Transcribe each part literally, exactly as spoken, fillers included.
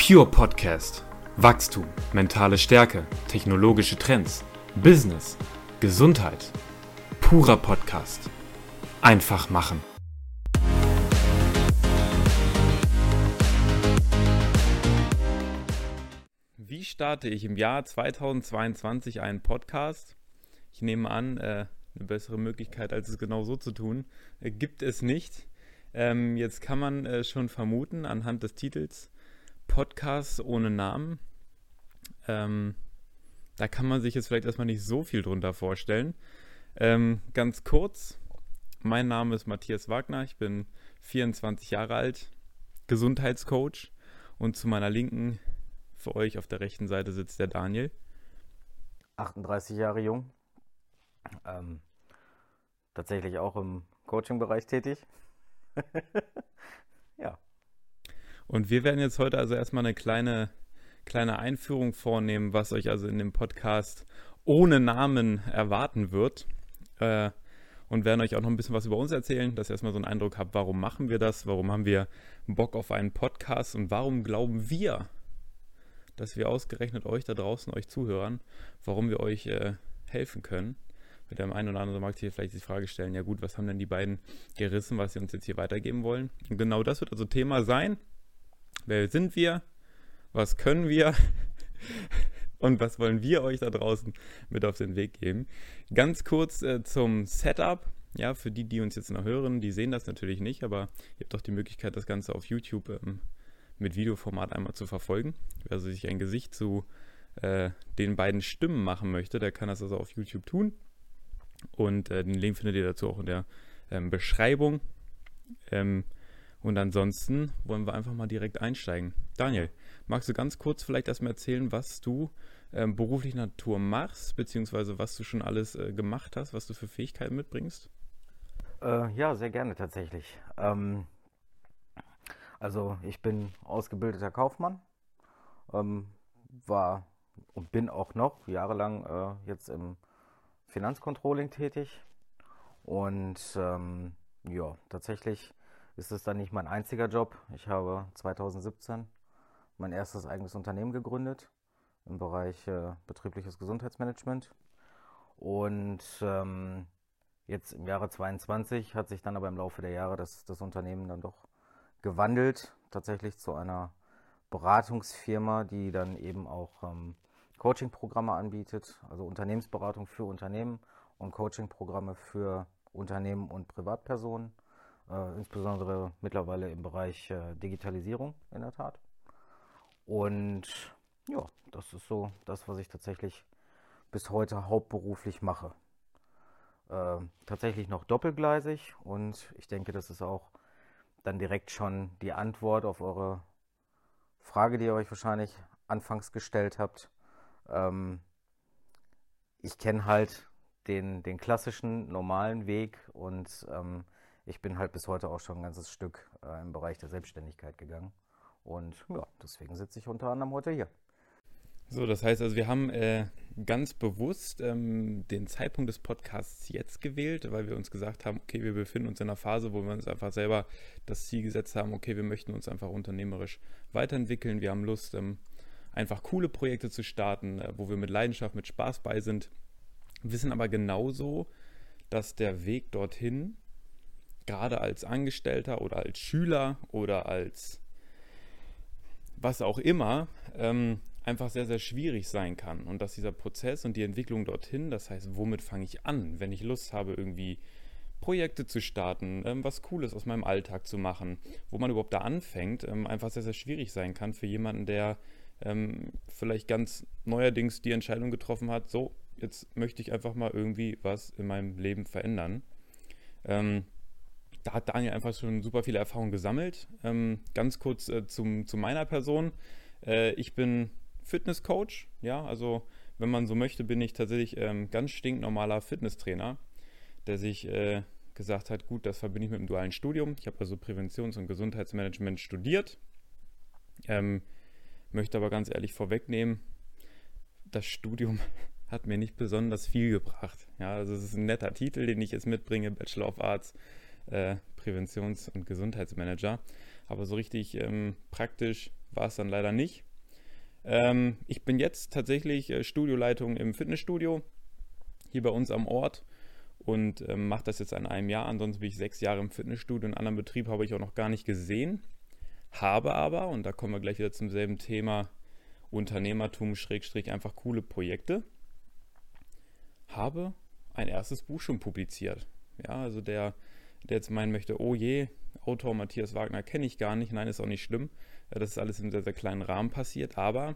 Pure Podcast. Wachstum, mentale Stärke, technologische Trends, Business, Gesundheit. Purer Podcast. Einfach machen. Wie starte ich im Jahr zweitausendzweiundzwanzig einen Podcast? Ich nehme an, äh, eine bessere Möglichkeit, als es genau so zu tun, äh, gibt es nicht. Ähm, jetzt kann man äh, schon vermuten, anhand des Titels, Podcast ohne Namen. Ähm, da kann man sich jetzt vielleicht erstmal nicht so viel drunter vorstellen. Ähm, ganz kurz, mein Name ist Matthias Wagner, ich bin vierundzwanzig Jahre alt, Gesundheitscoach, und zu meiner Linken, für euch auf der rechten Seite, sitzt der Daniel. achtunddreißig Jahre jung, ähm, tatsächlich auch im Coaching-Bereich tätig. Ja. Und wir werden jetzt heute also erstmal eine kleine, kleine Einführung vornehmen, was euch also in dem Podcast ohne Namen erwarten wird. Äh, und werden euch auch noch ein bisschen was über uns erzählen, dass ihr erstmal so einen Eindruck habt, warum machen wir das, warum haben wir Bock auf einen Podcast und warum glauben wir, dass wir ausgerechnet euch da draußen, euch Zuhörern, warum wir euch äh, helfen können. Mit dem einen oder anderen mag ich hier vielleicht die Frage stellen, ja gut, was haben denn die beiden gerissen, was sie uns jetzt hier weitergeben wollen? Und genau das wird also Thema sein. Wer sind wir? Was können wir? Und was wollen wir euch da draußen mit auf den Weg geben? Ganz kurz äh, zum Setup. Ja, für die, die uns jetzt noch hören, die sehen das natürlich nicht, aber ihr habt doch die Möglichkeit, das Ganze auf YouTube ähm, mit Videoformat einmal zu verfolgen. Wer also sich ein Gesicht zu äh, den beiden Stimmen machen möchte, der kann das also auf YouTube tun. Und äh, den Link findet ihr dazu auch in der ähm, Beschreibung. Ähm, und ansonsten wollen wir einfach mal direkt einsteigen. Daniel, magst du ganz kurz vielleicht erstmal erzählen, was du ähm, beruflicher Natur machst, beziehungsweise was du schon alles äh, gemacht hast, was du für Fähigkeiten mitbringst? Äh, ja, sehr gerne tatsächlich. Ähm, also ich bin ausgebildeter Kaufmann, ähm, war und bin auch noch jahrelang äh, jetzt im Finanzcontrolling tätig. Und ähm, ja, tatsächlich ist es dann nicht mein einziger Job. Ich habe zweitausendsiebzehn mein erstes eigenes Unternehmen gegründet im Bereich äh, betriebliches Gesundheitsmanagement. Und ähm, jetzt im Jahre zweiundzwanzig hat sich dann aber im Laufe der Jahre das, das Unternehmen dann doch gewandelt, tatsächlich zu einer Beratungsfirma, die dann eben auch ähm, Coaching-Programme anbietet, also Unternehmensberatung für Unternehmen und Coaching-Programme für Unternehmen und Privatpersonen, äh, insbesondere mittlerweile im Bereich äh, Digitalisierung in der Tat. Und ja, das ist so das, was ich tatsächlich bis heute hauptberuflich mache. Äh, tatsächlich noch doppelgleisig, und ich denke, das ist auch dann direkt schon die Antwort auf eure Frage, die ihr euch wahrscheinlich anfangs gestellt habt. Ähm, ich kenne halt den, den klassischen, normalen Weg, und ähm, ich bin halt bis heute auch schon ein ganzes Stück äh, im Bereich der Selbstständigkeit gegangen. Und ja, deswegen sitze ich unter anderem heute hier. So, das heißt also, wir haben äh, ganz bewusst ähm, den Zeitpunkt des Podcasts jetzt gewählt, weil wir uns gesagt haben, okay, wir befinden uns in einer Phase, wo wir uns einfach selber das Ziel gesetzt haben, okay, wir möchten uns einfach unternehmerisch weiterentwickeln, wir haben Lust, ähm, einfach coole Projekte zu starten, äh, wo wir mit Leidenschaft, mit Spaß bei sind, wissen aber genauso, dass der Weg dorthin, gerade als Angestellter oder als Schüler oder als was auch immer, ähm, einfach sehr, sehr schwierig sein kann, und dass dieser Prozess und die Entwicklung dorthin, das heißt, womit fange ich an, wenn ich Lust habe, irgendwie Projekte zu starten, ähm, was Cooles aus meinem Alltag zu machen, wo man überhaupt da anfängt, ähm, einfach sehr, sehr schwierig sein kann für jemanden, der ähm, vielleicht ganz neuerdings die Entscheidung getroffen hat, so, jetzt möchte ich einfach mal irgendwie was in meinem Leben verändern. Ähm, da hat Daniel einfach schon super viele Erfahrungen gesammelt. Ähm, ganz kurz äh, zum, zu meiner Person. Äh, ich bin Fitnesscoach, ja, also wenn man so möchte, bin ich tatsächlich ähm, ganz stinknormaler Fitnesstrainer, der sich äh, gesagt hat, gut, das verbinde ich mit einem dualen Studium. Ich habe also Präventions- und Gesundheitsmanagement studiert, ähm, möchte aber ganz ehrlich vorwegnehmen, das Studium hat mir nicht besonders viel gebracht. Ja, also es ist ein netter Titel, den ich jetzt mitbringe, Bachelor of Arts, äh, Präventions- und Gesundheitsmanager. Aber so richtig ähm, praktisch war es dann leider nicht. Ähm, ich bin jetzt tatsächlich äh, Studioleitung im Fitnessstudio hier bei uns am Ort und ähm, mache das jetzt in einem Jahr. Ansonsten bin ich sechs Jahre im Fitnessstudio. Einen anderen Betrieb habe ich auch noch gar nicht gesehen. Habe aber, und da kommen wir gleich wieder zum selben Thema, Unternehmertum, Schrägstrich, einfach coole Projekte, habe ein erstes Buch schon publiziert. Ja, also der, der jetzt meinen möchte, oh je, Autor Matthias Wagner kenne ich gar nicht. Nein, ist auch nicht schlimm. Das ist alles im sehr, sehr kleinen Rahmen passiert, aber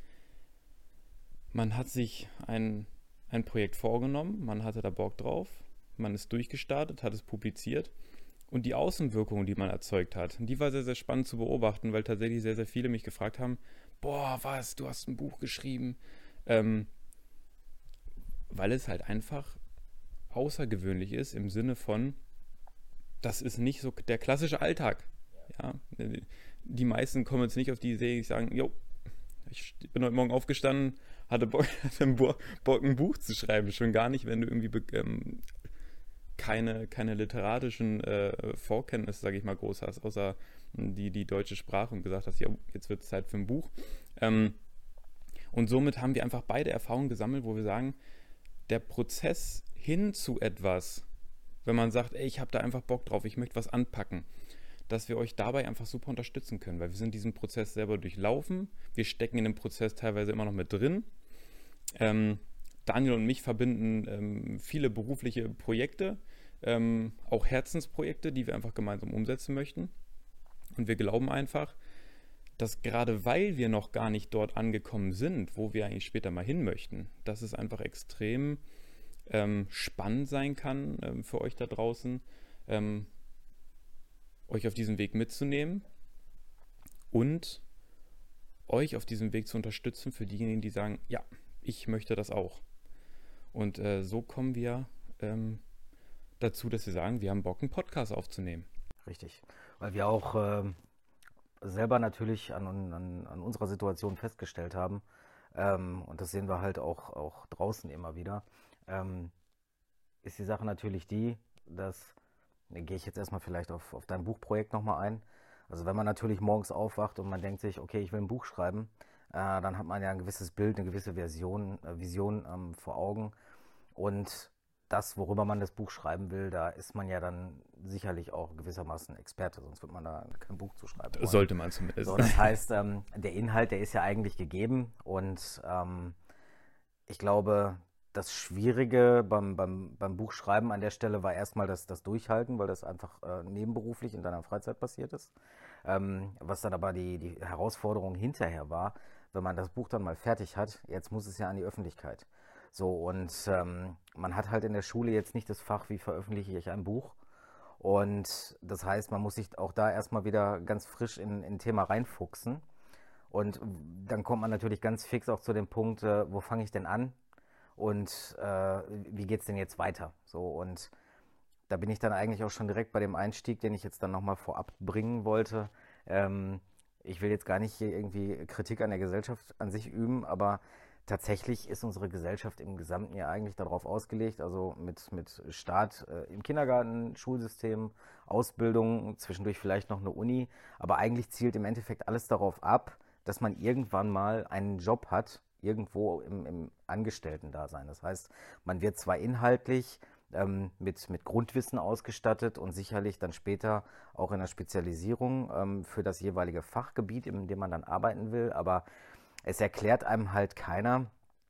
man hat sich ein, ein Projekt vorgenommen, man hatte da Bock drauf, man ist durchgestartet, hat es publiziert und die Außenwirkung, die man erzeugt hat, die war sehr, sehr spannend zu beobachten, weil tatsächlich sehr, sehr viele mich gefragt haben, boah, was, du hast ein Buch geschrieben, ähm, weil es halt einfach außergewöhnlich ist im Sinne von, das ist nicht so der klassische Alltag. Ja, die meisten kommen jetzt nicht auf die Idee, die sagen, jo, ich bin heute Morgen aufgestanden, hatte Bock, hatte Bock ein Buch zu schreiben. Schon gar nicht, wenn du irgendwie ähm, keine, keine literarischen äh, Vorkenntnisse, sage ich mal, groß hast, außer die, die deutsche Sprache und gesagt hast, ja, jetzt wird es Zeit für ein Buch. Ähm, und somit haben wir einfach beide Erfahrungen gesammelt, wo wir sagen, der Prozess hin zu etwas, wenn man sagt, ey, ich habe da einfach Bock drauf, ich möchte was anpacken, dass wir euch dabei einfach super unterstützen können, weil wir sind diesen Prozess selber durchlaufen, wir stecken in dem Prozess teilweise immer noch mit drin. Ähm, Daniel und mich verbinden ähm, viele berufliche Projekte, ähm, auch Herzensprojekte, die wir einfach gemeinsam umsetzen möchten. Und wir glauben einfach, dass gerade weil wir noch gar nicht dort angekommen sind, wo wir eigentlich später mal hin möchten, dass es einfach extrem ähm, spannend sein kann ähm, für euch da draußen, ähm, euch auf diesem Weg mitzunehmen und euch auf diesem Weg zu unterstützen für diejenigen, die sagen, ja, ich möchte das auch. Und äh, so kommen wir ähm, dazu, dass wir sagen, wir haben Bock, einen Podcast aufzunehmen. Richtig, weil wir auch äh, selber natürlich an, an, an unserer Situation festgestellt haben, ähm, und das sehen wir halt auch, auch draußen immer wieder, ähm, ist die Sache natürlich die, dass, da gehe ich jetzt erstmal vielleicht auf, auf dein Buchprojekt nochmal ein. Also wenn man natürlich morgens aufwacht und man denkt sich, okay, ich will ein Buch schreiben, äh, dann hat man ja ein gewisses Bild, eine gewisse Version, äh, Vision ähm, vor Augen. Und das, worüber man das Buch schreiben will, da ist man ja dann sicherlich auch gewissermaßen Experte, sonst wird man da kein Buch zu schreiben wollen. Sollte man zumindest. So, das heißt, ähm, der Inhalt, der ist ja eigentlich gegeben und ähm, ich glaube, das Schwierige beim, beim, beim Buchschreiben an der Stelle war erstmal das, das Durchhalten, weil das einfach äh, nebenberuflich in deiner Freizeit passiert ist. Ähm, was dann aber die, die Herausforderung hinterher war, wenn man das Buch dann mal fertig hat, jetzt muss es ja an die Öffentlichkeit. So, und ähm, man hat halt in der Schule jetzt nicht das Fach, wie veröffentliche ich ein Buch. Und das heißt, man muss sich auch da erstmal wieder ganz frisch in ein Thema reinfuchsen. Und dann kommt man natürlich ganz fix auch zu dem Punkt, äh, wo fange ich denn an? Und äh, wie geht es denn jetzt weiter? So, und da bin ich dann eigentlich auch schon direkt bei dem Einstieg, den ich jetzt dann nochmal vorab bringen wollte. Ähm, ich will jetzt gar nicht hier irgendwie Kritik an der Gesellschaft an sich üben, aber tatsächlich ist unsere Gesellschaft im Gesamten ja eigentlich darauf ausgelegt, also mit, mit Start äh, im Kindergarten, Schulsystem, Ausbildung, zwischendurch vielleicht noch eine Uni, aber eigentlich zielt im Endeffekt alles darauf ab, dass man irgendwann mal einen Job hat, irgendwo im, im Angestellten-Dasein. Das heißt, man wird zwar inhaltlich ähm, mit, mit Grundwissen ausgestattet und sicherlich dann später auch in der Spezialisierung ähm, für das jeweilige Fachgebiet, in dem man dann arbeiten will, aber es erklärt einem halt keiner,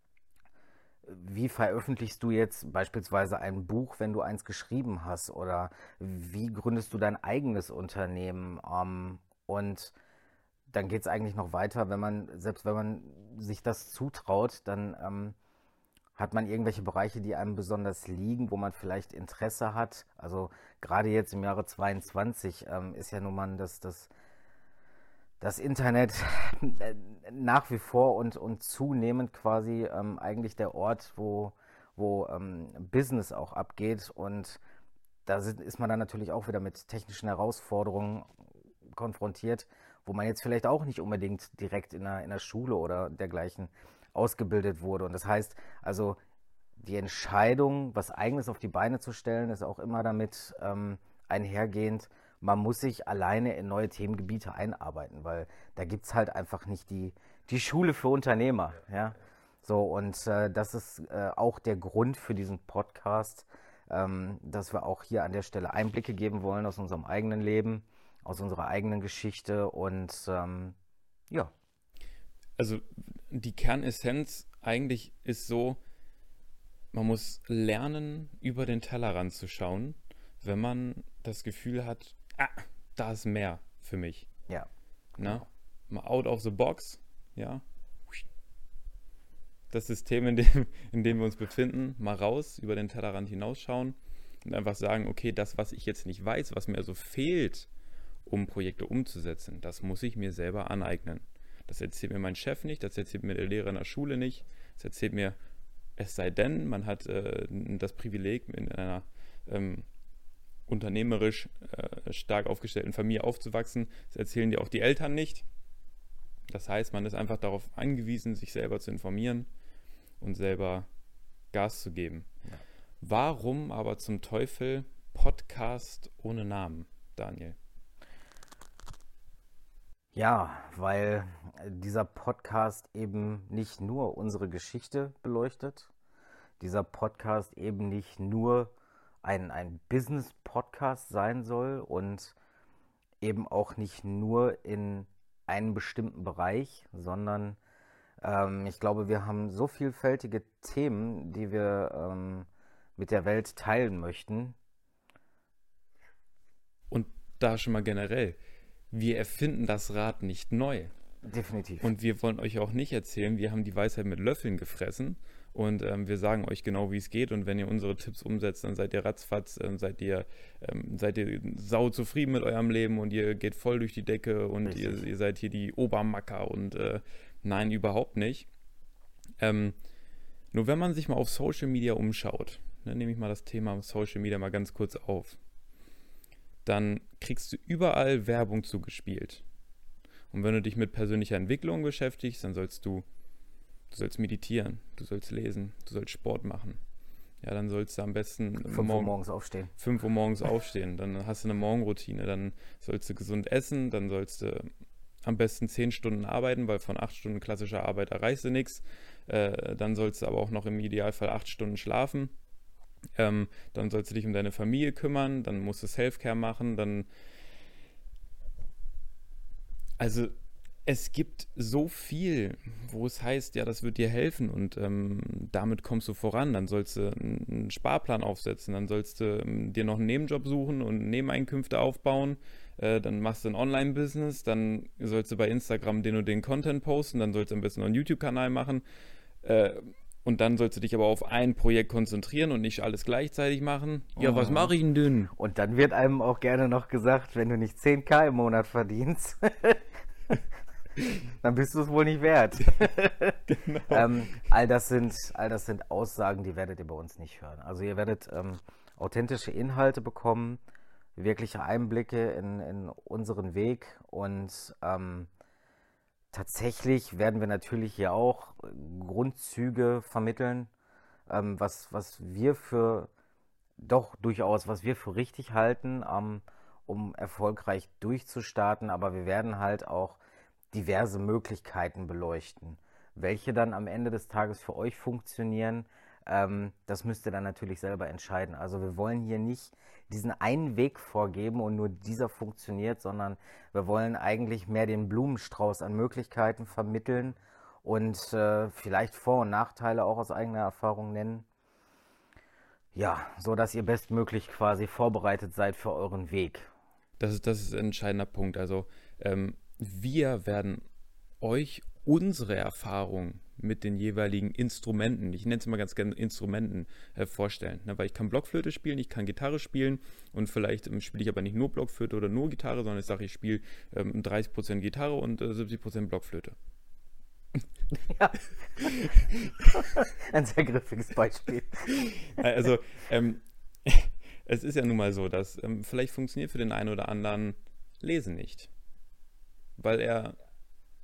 wie veröffentlichst du jetzt beispielsweise ein Buch, wenn du eins geschrieben hast, oder wie gründest du dein eigenes Unternehmen, ähm, und dann geht es eigentlich noch weiter, wenn man, selbst wenn man sich das zutraut, dann ähm, hat man irgendwelche Bereiche, die einem besonders liegen, wo man vielleicht Interesse hat. Also gerade jetzt im Jahre zweiundzwanzig ähm, ist ja nun mal das, das, das Internet äh, nach wie vor und, und zunehmend quasi ähm, eigentlich der Ort, wo, wo ähm, Business auch abgeht. Und da sind, ist man dann natürlich auch wieder mit technischen Herausforderungen konfrontiert, wo man jetzt vielleicht auch nicht unbedingt direkt in der, in der Schule oder dergleichen ausgebildet wurde. Und das heißt, also die Entscheidung, was Eigenes auf die Beine zu stellen, ist auch immer damit ähm, einhergehend, man muss sich alleine in neue Themengebiete einarbeiten, weil da gibt es halt einfach nicht die, die Schule für Unternehmer. Ja? So, und äh, das ist äh, auch der Grund für diesen Podcast, ähm, dass wir auch hier an der Stelle Einblicke geben wollen aus unserem eigenen Leben, aus unserer eigenen Geschichte und ähm, ja. Also die Kernessenz eigentlich ist so, man muss lernen, über den Tellerrand zu schauen, wenn man das Gefühl hat, ah, da ist mehr für mich. Ja. Na? Mal out of the box, ja. Das System, in dem, in dem wir uns befinden, mal raus, über den Tellerrand hinausschauen und einfach sagen, okay, das, was ich jetzt nicht weiß, was mir also fehlt, um Projekte umzusetzen, das muss ich mir selber aneignen. Das erzählt mir mein Chef nicht, das erzählt mir der Lehrer in der Schule nicht, das erzählt mir, es sei denn, man hat äh, das Privileg, in einer ähm, unternehmerisch äh, stark aufgestellten Familie aufzuwachsen. Das erzählen dir auch die Eltern nicht. Das heißt, man ist einfach darauf angewiesen, sich selber zu informieren und selber Gas zu geben. Ja. Warum aber zum Teufel Podcast ohne Namen, Daniel? Ja, weil dieser Podcast eben nicht nur unsere Geschichte beleuchtet, dieser Podcast eben nicht nur ein, ein Business-Podcast sein soll und eben auch nicht nur in einem bestimmten Bereich, sondern ähm, ich glaube, wir haben so vielfältige Themen, die wir ähm, mit der Welt teilen möchten. Und da schon mal generell, wir erfinden das Rad nicht neu. Definitiv. Und wir wollen euch auch nicht erzählen, wir haben die Weisheit mit Löffeln gefressen und ähm, wir sagen euch genau, wie es geht. Und wenn ihr unsere Tipps umsetzt, dann seid ihr ratzfatz, ähm, seid ihr ähm, seid ihr sau zufrieden mit eurem Leben und ihr geht voll durch die Decke und ihr, ihr seid hier die Obermacker und äh, nein, überhaupt nicht. Ähm, nur wenn man sich mal auf Social Media umschaut, ne, nehme ich mal das Thema Social Media mal ganz kurz auf, dann kriegst du überall Werbung zugespielt. Und wenn du dich mit persönlicher Entwicklung beschäftigst, dann sollst du, du sollst meditieren, du sollst lesen, du sollst Sport machen. Ja, dann sollst du am besten fünf Uhr morgens aufstehen. fünf Uhr morgens aufstehen, dann hast du eine Morgenroutine, dann sollst du gesund essen, dann sollst du am besten zehn Stunden arbeiten, weil von acht Stunden klassischer Arbeit erreichst du nichts. Äh, dann sollst du aber auch noch im Idealfall acht Stunden schlafen. Ähm, dann sollst du dich um deine Familie kümmern, dann musst du Self-Care machen, dann also es gibt so viel, wo es heißt, ja, das wird dir helfen und ähm, damit kommst du voran. Dann sollst du einen Sparplan aufsetzen, dann sollst du ähm, dir noch einen Nebenjob suchen und Nebeneinkünfte aufbauen. Äh, dann machst du ein Online-Business, dann sollst du bei Instagram den und den Content posten, dann sollst du am besten noch einen YouTube-Kanal machen. Äh, und dann sollst du dich aber auf ein Projekt konzentrieren und nicht alles gleichzeitig machen. Ja, Mhm. was mache ich denn denn? Und dann wird einem auch gerne noch gesagt, wenn du nicht zehntausend im Monat verdienst, dann bist du es wohl nicht wert. Genau. ähm, all, das sind, all das sind Aussagen, die werdet ihr bei uns nicht hören. Also ihr werdet ähm, authentische Inhalte bekommen, wirkliche Einblicke in, in unseren Weg und ähm, tatsächlich werden wir natürlich hier auch Grundzüge vermitteln, ähm, was, was wir für, doch durchaus, was wir für richtig halten, ähm, um erfolgreich durchzustarten, aber wir werden halt auch diverse Möglichkeiten beleuchten. Welche dann am Ende des Tages für euch funktionieren, ähm, das müsst ihr dann natürlich selber entscheiden. Also wir wollen hier nicht diesen einen Weg vorgeben und nur dieser funktioniert, sondern wir wollen eigentlich mehr den Blumenstrauß an Möglichkeiten vermitteln und äh, vielleicht Vor- und Nachteile auch aus eigener Erfahrung nennen. Ja, so dass ihr bestmöglich quasi vorbereitet seid für euren Weg. Das ist, das ist ein entscheidender Punkt. Also ähm, wir werden euch unsere Erfahrung mit den jeweiligen Instrumenten, ich nenne es mal ganz gerne Instrumenten, äh, vorstellen. Ne? Weil ich kann Blockflöte spielen, ich kann Gitarre spielen und vielleicht ähm, spiele ich aber nicht nur Blockflöte oder nur Gitarre, sondern ich sage, ich spiele ähm, dreißig Prozent Gitarre und äh, siebzig Prozent Blockflöte. Ja, ein sehr griffiges Beispiel. Also, ähm, es ist ja nun mal so, dass ähm, vielleicht funktioniert für den einen oder anderen Lesen nicht. Weil er,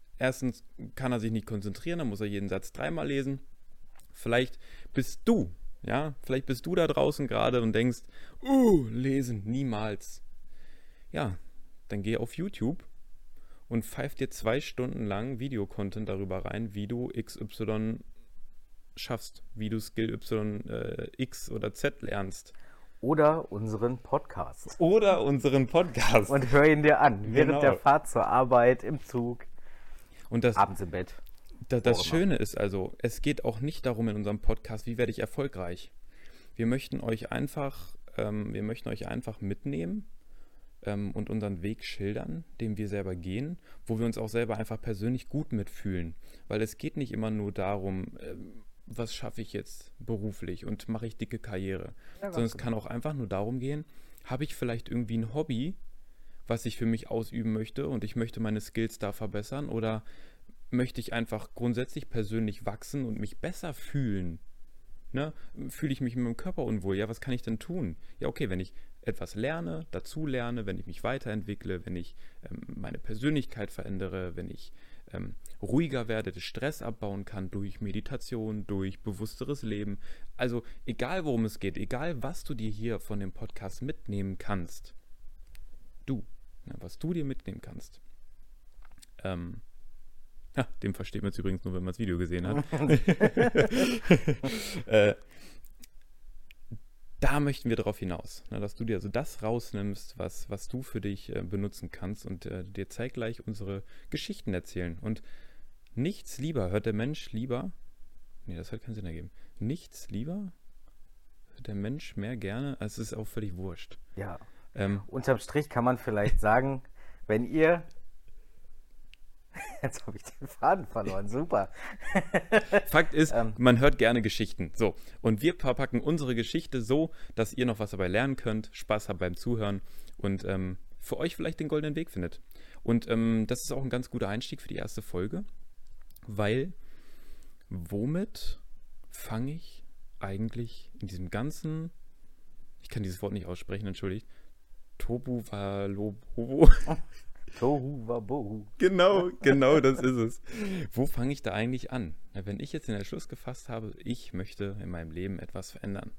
erstens kann er sich nicht konzentrieren, dann muss er jeden Satz dreimal lesen. Vielleicht bist du Ja, vielleicht bist du da draußen gerade und denkst, uh, lesen, niemals. Ja, dann geh auf YouTube und pfeif dir zwei Stunden lang Videocontent darüber rein, wie du X Y schaffst, wie du Skill Y, äh, X oder Z lernst. Oder unseren Podcast. Oder unseren Podcast. Und hör ihn dir an, während Genau. der Fahrt zur Arbeit, im Zug, Und das, abends im Bett. da, das Wo immer. Schöne ist also, es geht auch nicht darum in unserem Podcast, wie werde ich erfolgreich. Wir möchten euch einfach, ähm, wir möchten euch einfach mitnehmen ähm, und unseren Weg schildern, den wir selber gehen, wo wir uns auch selber einfach persönlich gut mitfühlen. Weil es geht nicht immer nur darum, ähm, was schaffe ich jetzt beruflich und mache ich dicke Karriere. Ja, Sondern es genau. kann auch einfach nur darum gehen, habe ich vielleicht irgendwie ein Hobby, was ich für mich ausüben möchte und ich möchte meine Skills da verbessern, oder möchte ich einfach grundsätzlich persönlich wachsen und mich besser fühlen? Ne? Fühle ich mich mit meinem Körper unwohl? Ja, was kann ich denn tun? Ja, okay, wenn ich etwas lerne, dazu lerne, wenn ich mich weiterentwickle, wenn ich ähm, meine Persönlichkeit verändere, wenn ich ähm, ruhiger werde, den Stress abbauen kann durch Meditation, durch bewussteres Leben. Also egal, worum es geht, egal, was du dir hier von dem Podcast mitnehmen kannst, du, ne, was du dir mitnehmen kannst, ähm, ja, dem versteht man es übrigens nur, wenn man das Video gesehen hat. äh, da möchten wir darauf hinaus, ne, dass du dir also das rausnimmst, was, was du für dich äh, benutzen kannst, und äh, dir zeitgleich unsere Geschichten erzählen. Und nichts lieber hört der Mensch lieber, nee, das hat keinen Sinn ergeben, nichts lieber hört der Mensch mehr gerne, als es ist auch völlig wurscht. Ja. Ähm, Unterm Strich kann man vielleicht sagen, wenn ihr... Jetzt habe ich den Faden verloren, super. Fakt ist, Ähm. man hört gerne Geschichten. So, und wir verpacken unsere Geschichte so, dass ihr noch was dabei lernen könnt, Spaß habt beim Zuhören und ähm, für euch vielleicht den goldenen Weg findet. Und ähm, das ist auch ein ganz guter Einstieg für die erste Folge, weil womit fange ich eigentlich in diesem ganzen, ich kann dieses Wort nicht aussprechen, entschuldigt, Tobu Walobobo. Tohu wabohu. Genau, genau, das ist es. Wo fange ich da eigentlich an? Na, wenn ich jetzt den Entschluss gefasst habe, ich möchte in meinem Leben etwas verändern.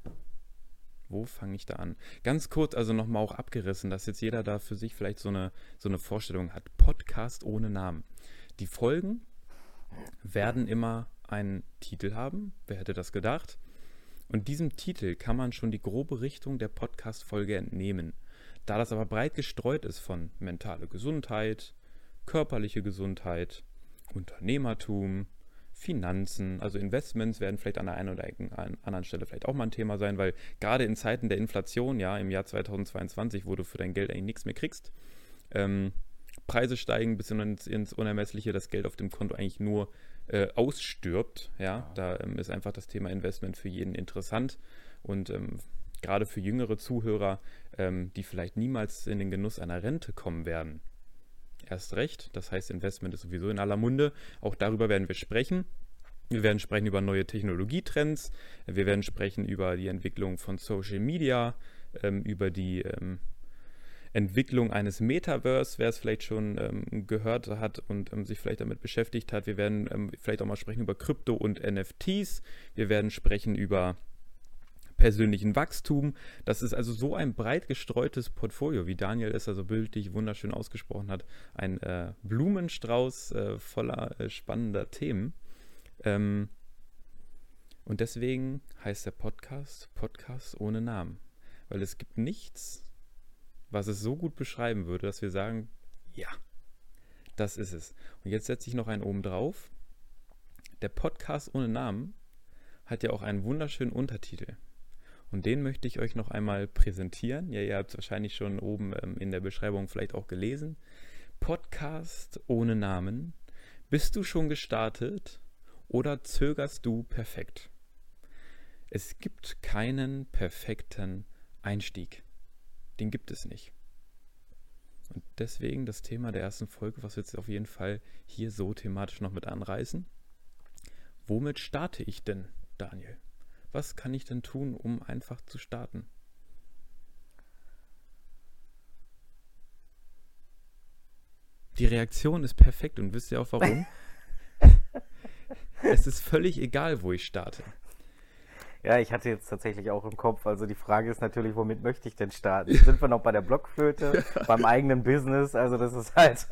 Wo fange ich da an? Ganz kurz, also nochmal auch abgerissen, dass jetzt jeder da für sich vielleicht so eine, so eine Vorstellung hat. Podcast ohne Namen. Die Folgen werden immer einen Titel haben. Wer hätte das gedacht? Und diesem Titel kann man schon die grobe Richtung der Podcast-Folge entnehmen. Da das aber breit gestreut ist von mentale Gesundheit, körperliche Gesundheit, Unternehmertum, Finanzen, also Investments werden vielleicht an der einen oder anderen Stelle vielleicht auch mal ein Thema sein, weil gerade in Zeiten der Inflation, ja, im Jahr zweitausendzweiundzwanzig, wo du für dein Geld eigentlich nichts mehr kriegst, ähm, Preise steigen bis ins, ins Unermessliche, das Geld auf dem Konto eigentlich nur äh, ausstirbt, ja, ja. Da ähm, ist einfach das Thema Investment für jeden interessant und ähm, gerade für jüngere Zuhörer, ähm, die vielleicht niemals in den Genuss einer Rente kommen werden. Erst recht, das heißt, Investment ist sowieso in aller Munde. Auch darüber werden wir sprechen. Wir werden sprechen über neue Technologietrends. Wir werden sprechen über die Entwicklung von Social Media, ähm, über die ähm, Entwicklung eines Metaverse, wer es vielleicht schon ähm, gehört hat und ähm, sich vielleicht damit beschäftigt hat. Wir werden ähm, vielleicht auch mal sprechen über Krypto und N F Ts. Wir werden sprechen über persönlichen Wachstum. Das ist also so ein breit gestreutes Portfolio, wie Daniel es also bildlich wunderschön ausgesprochen hat. Ein äh, Blumenstrauß äh, voller äh, spannender Themen. Ähm, und deswegen heißt der Podcast Podcast ohne Namen. Weil es gibt nichts, was es so gut beschreiben würde, dass wir sagen, ja, das ist es. Und jetzt setze ich noch einen oben drauf. Der Podcast ohne Namen hat ja auch einen wunderschönen Untertitel. Und den möchte ich euch noch einmal präsentieren. Ja, ihr habt es wahrscheinlich schon oben ähm, in der Beschreibung vielleicht auch gelesen. Podcast ohne Namen. Bist du schon gestartet oder zögerst du perfekt? Es gibt keinen perfekten Einstieg. Den gibt es nicht. Und deswegen das Thema der ersten Folge, was wir jetzt auf jeden Fall hier so thematisch noch mit anreißen. Womit starte ich denn, Daniel? Was kann ich denn tun, um einfach zu starten? Die Reaktion ist perfekt und wisst ihr auch warum? Es ist völlig egal, wo ich starte. Ja, ich hatte jetzt tatsächlich auch im Kopf, also die Frage ist natürlich, womit möchte ich denn starten? Sind wir noch bei der Blockflöte, beim eigenen Business? Also das ist halt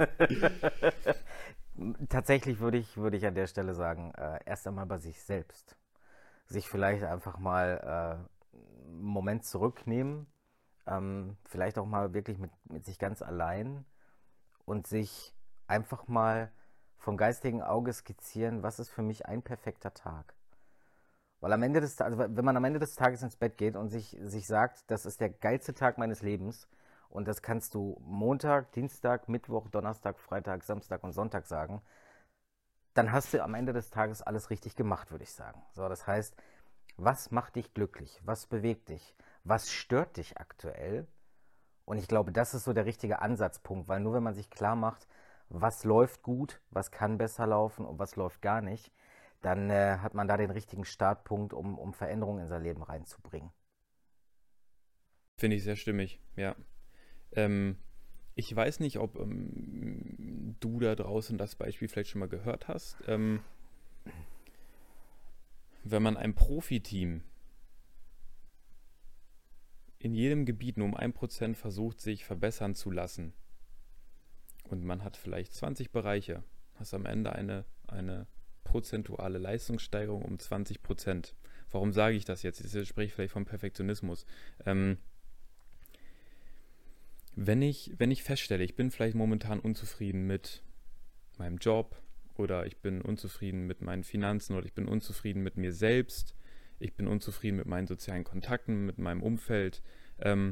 tatsächlich würde ich, würde ich an der Stelle sagen, äh, erst einmal bei sich selbst. Sich vielleicht einfach mal äh, einen Moment zurücknehmen, ähm, vielleicht auch mal wirklich mit, mit sich ganz allein und sich einfach mal vom geistigen Auge skizzieren, was ist für mich ein perfekter Tag. Weil am Ende des Tages, also wenn man am Ende des Tages ins Bett geht und sich, sich sagt, das ist der geilste Tag meines Lebens und das kannst du Montag, Dienstag, Mittwoch, Donnerstag, Freitag, Samstag und Sonntag sagen, dann hast du am Ende des Tages alles richtig gemacht, würde ich sagen. So, das heißt, was macht dich glücklich? Was bewegt dich? Was stört dich aktuell? Und ich glaube, das ist so der richtige Ansatzpunkt, weil nur wenn man sich klar macht, was läuft gut, was kann besser laufen und was läuft gar nicht, dann äh, hat man da den richtigen Startpunkt, um, um Veränderungen in sein Leben reinzubringen. Finde ich sehr stimmig, ja. Ähm, ich weiß nicht, ob ähm, du da draußen das Beispiel vielleicht schon mal gehört hast. Ähm, wenn man ein Profiteam in jedem Gebiet nur um ein Prozent versucht, sich verbessern zu lassen und man hat vielleicht zwanzig Bereiche, hast am Ende eine, eine prozentuale Leistungssteigerung um zwanzig Prozent. Warum sage ich das jetzt? Jetzt spreche ich vielleicht vom Perfektionismus. Ähm, wenn ich, wenn ich feststelle, ich bin vielleicht momentan unzufrieden mit meinem Job oder ich bin unzufrieden mit meinen Finanzen oder ich bin unzufrieden mit mir selbst, ich bin unzufrieden mit meinen sozialen Kontakten, mit meinem Umfeld, ähm,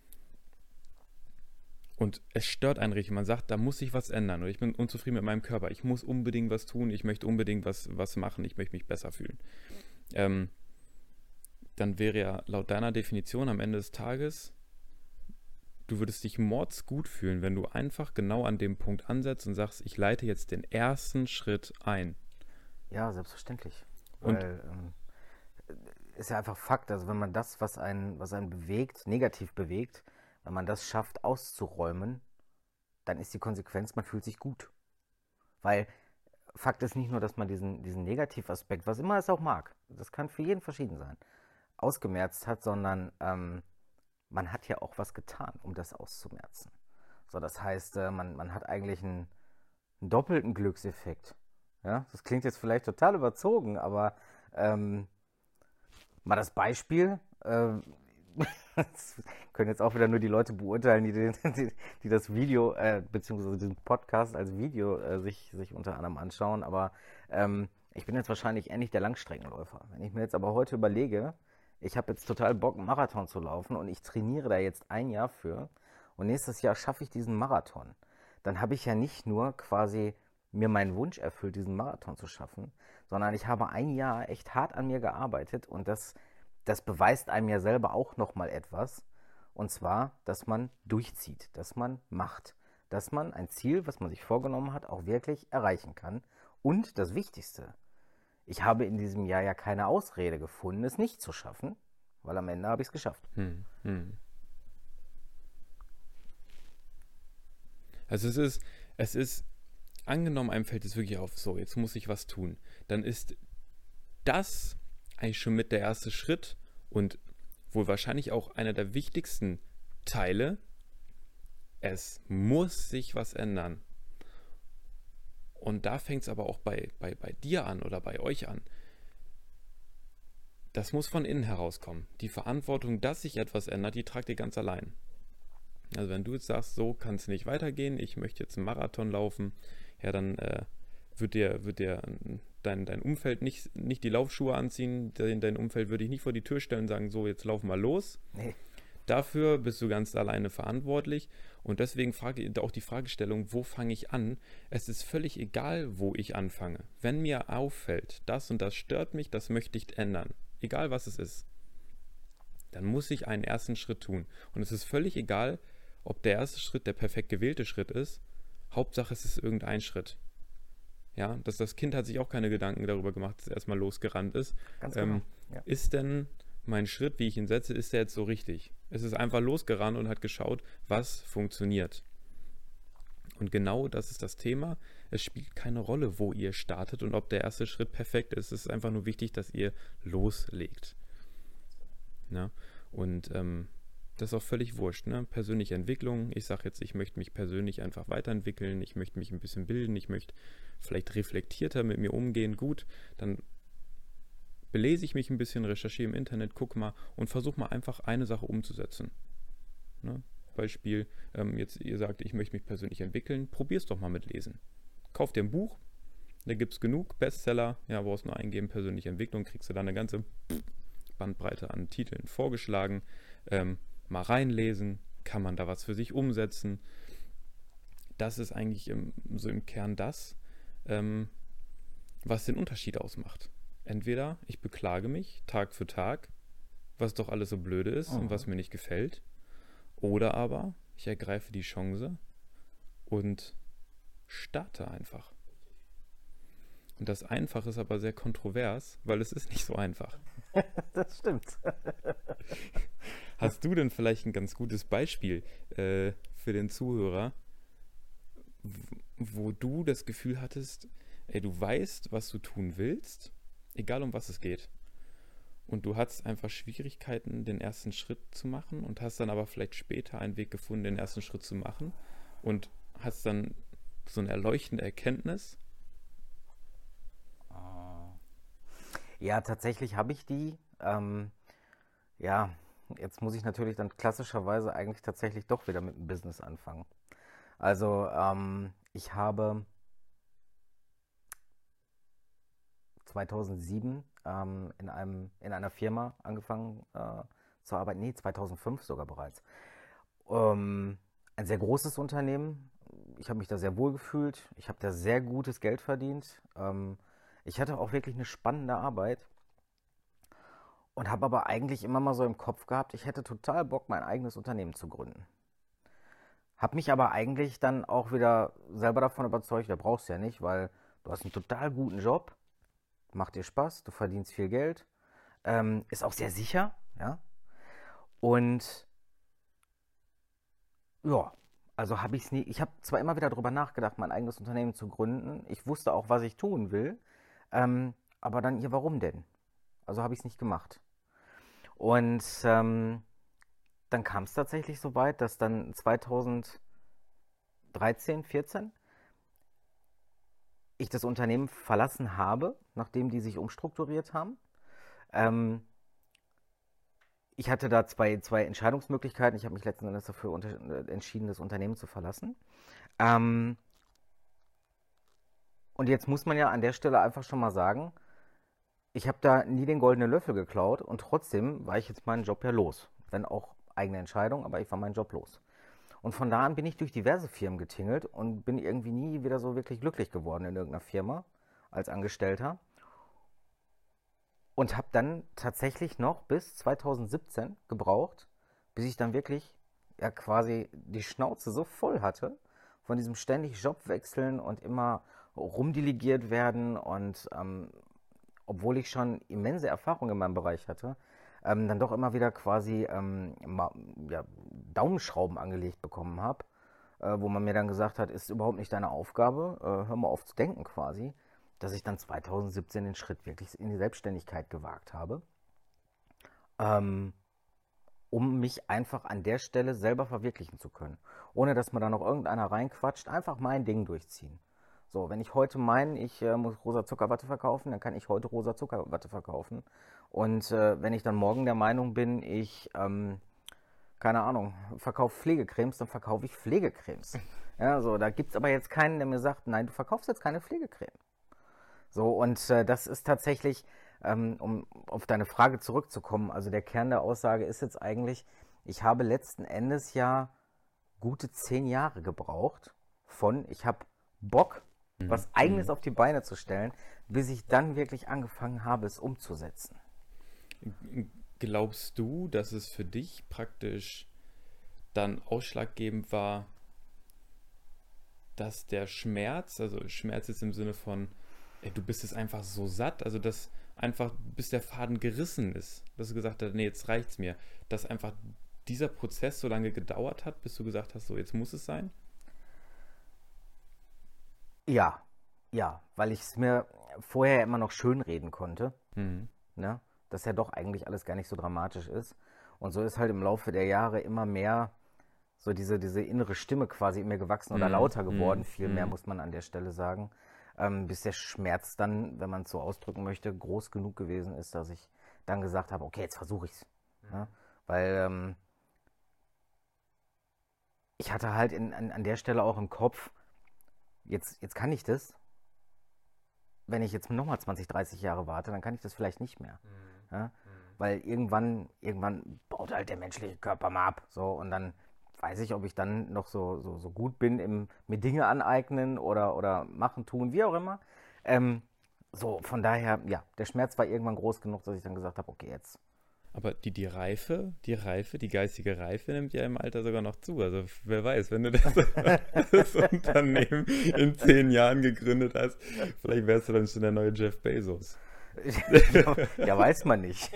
und es stört einen richtig. Man sagt, da muss sich was ändern oder ich bin unzufrieden mit meinem Körper. Ich muss unbedingt was tun, ich möchte unbedingt was, was machen, ich möchte mich besser fühlen. Ähm, dann wäre ja laut deiner Definition am Ende des Tages, du würdest dich mordsgut fühlen, wenn du einfach genau an dem Punkt ansetzt und sagst, ich leite jetzt den ersten Schritt ein. Ja, selbstverständlich. Und Weil ähm, ist ja einfach Fakt, also wenn man das, was einen, was einen bewegt, negativ bewegt, wenn man das schafft auszuräumen, dann ist die Konsequenz, man fühlt sich gut. Weil Fakt ist nicht nur, dass man diesen, diesen Negativaspekt, was immer es auch mag, das kann für jeden verschieden sein, ausgemerzt hat, sondern ähm, man hat ja auch was getan, um das auszumerzen. So, das heißt, äh, man, man hat eigentlich einen, einen doppelten Glückseffekt. Ja, das klingt jetzt vielleicht total überzogen, aber ähm, mal das Beispiel, äh, das können jetzt auch wieder nur die Leute beurteilen, die, die, die das Video, äh, beziehungsweise diesen Podcast als Video äh, sich, sich unter anderem anschauen, aber ähm, ich bin jetzt wahrscheinlich ähnlich der Langstreckenläufer. Wenn ich mir jetzt aber heute überlege, ich habe jetzt total Bock, einen Marathon zu laufen und ich trainiere da jetzt ein Jahr für und nächstes Jahr schaffe ich diesen Marathon, dann habe ich ja nicht nur quasi mir meinen Wunsch erfüllt, diesen Marathon zu schaffen, sondern ich habe ein Jahr echt hart an mir gearbeitet und das, das beweist einem ja selber auch nochmal etwas. Und zwar, dass man durchzieht, dass man macht, dass man ein Ziel, was man sich vorgenommen hat, auch wirklich erreichen kann. Und das Wichtigste, ich habe in diesem Jahr ja keine Ausrede gefunden, es nicht zu schaffen, weil am Ende habe ich es geschafft. hm, hm. Also es ist, es ist, angenommen, einem fällt es wirklich auf, so, jetzt muss ich was tun. Dann ist das eigentlich schon mit der erste Schritt und wohl wahrscheinlich auch einer der wichtigsten Teile. Es muss sich was ändern. Und da fängt es aber auch bei, bei, bei dir an oder bei euch an. Das muss von innen herauskommen. Die Verantwortung, dass sich etwas ändert, die tragt ihr ganz allein. Also wenn du jetzt sagst, so kann es nicht weitergehen, ich möchte jetzt einen Marathon laufen, ja, dann äh, wird dir, wird dir dein, dein Umfeld nicht, nicht die Laufschuhe anziehen, dein, dein Umfeld würde dich nicht vor die Tür stellen und sagen, so, jetzt laufen wir los. Nee. Dafür bist du ganz alleine verantwortlich und deswegen frage ich auch die Fragestellung, wo fange ich an? Es ist völlig egal, wo ich anfange. Wenn mir auffällt, das und das stört mich, das möchte ich ändern, egal was es ist, dann muss ich einen ersten Schritt tun. Und es ist völlig egal, ob der erste Schritt der perfekt gewählte Schritt ist. Hauptsache, es ist irgendein Schritt. Ja, dass das Kind hat sich auch keine Gedanken darüber gemacht, dass es erstmal losgerannt ist. Ganz genau. Ähm, Ja. Ist denn mein Schritt, wie ich ihn setze, ist der jetzt so richtig? Es ist einfach losgerannt und hat geschaut, was funktioniert. Und genau das ist das Thema. Es spielt keine Rolle, wo ihr startet und ob der erste Schritt perfekt ist. Es ist einfach nur wichtig, dass ihr loslegt. Ne? Und ähm, das ist auch völlig wurscht. Ne? Persönliche Entwicklung. Ich sage jetzt, ich möchte mich persönlich einfach weiterentwickeln. Ich möchte mich ein bisschen bilden. Ich möchte vielleicht reflektierter mit mir umgehen. Gut, dann belese ich mich ein bisschen, recherchiere im Internet, gucke mal und versuche mal einfach eine Sache umzusetzen. Ne? Beispiel, ähm, jetzt ihr sagt, ich möchte mich persönlich entwickeln, probier's doch mal mit Lesen. Kauf dir ein Buch, da gibt es genug Bestseller, ja, brauchst nur eingeben, persönliche Entwicklung, kriegst du da eine ganze Bandbreite an Titeln vorgeschlagen. Ähm, mal reinlesen, kann man da was für sich umsetzen. Das ist eigentlich im, so im Kern das, ähm, was den Unterschied ausmacht. Entweder ich beklage mich Tag für Tag, was doch alles so blöde ist und was mir nicht gefällt, oder aber ich ergreife die Chance und starte einfach. Und das einfach ist aber sehr kontrovers, weil es ist nicht so einfach. Das stimmt. Hast du denn vielleicht ein ganz gutes Beispiel äh, für den Zuhörer, w- wo du das Gefühl hattest, ey, du weißt, was du tun willst, egal um was es geht. Und du hattest einfach Schwierigkeiten, den ersten Schritt zu machen und hast dann aber vielleicht später einen Weg gefunden, den ersten Schritt zu machen und hast dann so eine erleuchtende Erkenntnis. Ja, tatsächlich habe ich die. Ähm, ja, jetzt muss ich natürlich dann klassischerweise eigentlich tatsächlich doch wieder mit dem Business anfangen. Also, ähm, ich habe zweitausendsieben ähm, in einem, in einer Firma angefangen äh, zu arbeiten. Nee, zweitausendfünf sogar bereits. Ähm, ein sehr großes Unternehmen. Ich habe mich da sehr wohl gefühlt. Ich habe da sehr gutes Geld verdient. Ähm, ich hatte auch wirklich eine spannende Arbeit und habe aber eigentlich immer mal so im Kopf gehabt, ich hätte total Bock, mein eigenes Unternehmen zu gründen. Habe mich aber eigentlich dann auch wieder selber davon überzeugt, da brauchst du ja nicht, weil du hast einen total guten Job, macht dir Spaß, du verdienst viel Geld, ähm, ist auch sehr sicher, ja. Und ja, also habe ich es nie. Ich habe zwar immer wieder darüber nachgedacht, mein eigenes Unternehmen zu gründen. Ich wusste auch, was ich tun will. Ähm, aber dann, ja, warum denn? Also habe ich es nicht gemacht. Und ähm, dann kam es tatsächlich so weit, dass dann zweitausenddreizehn, vierzehn ich das Unternehmen verlassen habe, nachdem die sich umstrukturiert haben. Ähm, ich hatte da zwei, zwei Entscheidungsmöglichkeiten. Ich habe mich letzten Endes dafür unter, äh, entschieden, das Unternehmen zu verlassen. Ähm, und jetzt muss man ja an der Stelle einfach schon mal sagen, ich habe da nie den goldenen Löffel geklaut und trotzdem war ich jetzt meinen Job ja los. Wenn auch eigene Entscheidung, aber ich war meinen Job los. Und von da an bin ich durch diverse Firmen getingelt und bin irgendwie nie wieder so wirklich glücklich geworden in irgendeiner Firma als Angestellter. Und habe dann tatsächlich noch bis zweitausendsiebzehn gebraucht, bis ich dann wirklich ja quasi die Schnauze so voll hatte von diesem ständig Jobwechseln und immer rumdelegiert werden und ähm, obwohl ich schon immense Erfahrung in meinem Bereich hatte, ähm, dann doch immer wieder quasi ähm, ma- ja, Daumenschrauben angelegt bekommen habe, äh, wo man mir dann gesagt hat, ist überhaupt nicht deine Aufgabe, äh, hör mal auf zu denken quasi, dass ich dann zweitausendsiebzehn den Schritt wirklich in die Selbstständigkeit gewagt habe, ähm, um mich einfach an der Stelle selber verwirklichen zu können. Ohne dass man da noch irgendeiner reinquatscht, einfach mein Ding durchziehen. So, wenn ich heute meine, ich äh, muss rosa Zuckerwatte verkaufen, dann kann ich heute rosa Zuckerwatte verkaufen. Und äh, wenn ich dann morgen der Meinung bin, ich, ähm, keine Ahnung, verkaufe Pflegecremes, dann verkaufe ich Pflegecremes. Ja, so, da gibt es aber jetzt keinen, der mir sagt, nein, du verkaufst jetzt keine Pflegecreme. So, und äh, das ist tatsächlich, ähm, um auf deine Frage zurückzukommen, also der Kern der Aussage ist jetzt eigentlich, ich habe letzten Endes ja gute zehn Jahre gebraucht von, ich habe Bock, was Eigenes Mhm. auf die Beine zu stellen, bis ich dann wirklich angefangen habe, es umzusetzen. Glaubst du, dass es für dich praktisch dann ausschlaggebend war, dass der Schmerz, also Schmerz jetzt im Sinne von, ey, du bist jetzt einfach so satt, also dass einfach, bis der Faden gerissen ist, dass du gesagt hast, nee, jetzt reicht's mir, dass einfach dieser Prozess so lange gedauert hat, bis du gesagt hast, so, jetzt muss es sein? Ja, ja, weil ich es mir vorher immer noch schönreden konnte. Mhm. Ne? dass ja doch eigentlich alles gar nicht so dramatisch ist. Und so ist halt im Laufe der Jahre immer mehr so diese, diese innere Stimme quasi in mir gewachsen oder Mhm. lauter geworden, Mhm. viel mehr Mhm. muss man an der Stelle sagen, ähm, bis der Schmerz dann, wenn man es so ausdrücken möchte, groß genug gewesen ist, dass ich dann gesagt habe, okay, jetzt versuche ich es. Ne? Weil ähm, ich hatte halt in, an, an der Stelle auch im Kopf, jetzt, jetzt kann ich das. Wenn ich jetzt nochmal zwanzig, dreißig Jahre warte, dann kann ich das vielleicht nicht mehr. Ja? Weil irgendwann, irgendwann baut halt der menschliche Körper mal ab. So, und dann weiß ich, ob ich dann noch so, so, so gut bin im mir Dinge aneignen oder, oder machen, tun, wie auch immer. Ähm, so, von daher, ja, der Schmerz war irgendwann groß genug, dass ich dann gesagt habe, okay, jetzt. Aber die, die Reife, die Reife, die geistige Reife nimmt ja im Alter sogar noch zu. Also wer weiß, wenn du das, das Unternehmen in zehn Jahren gegründet hast, vielleicht wärst du dann schon der neue Jeff Bezos. Ja, weiß man nicht.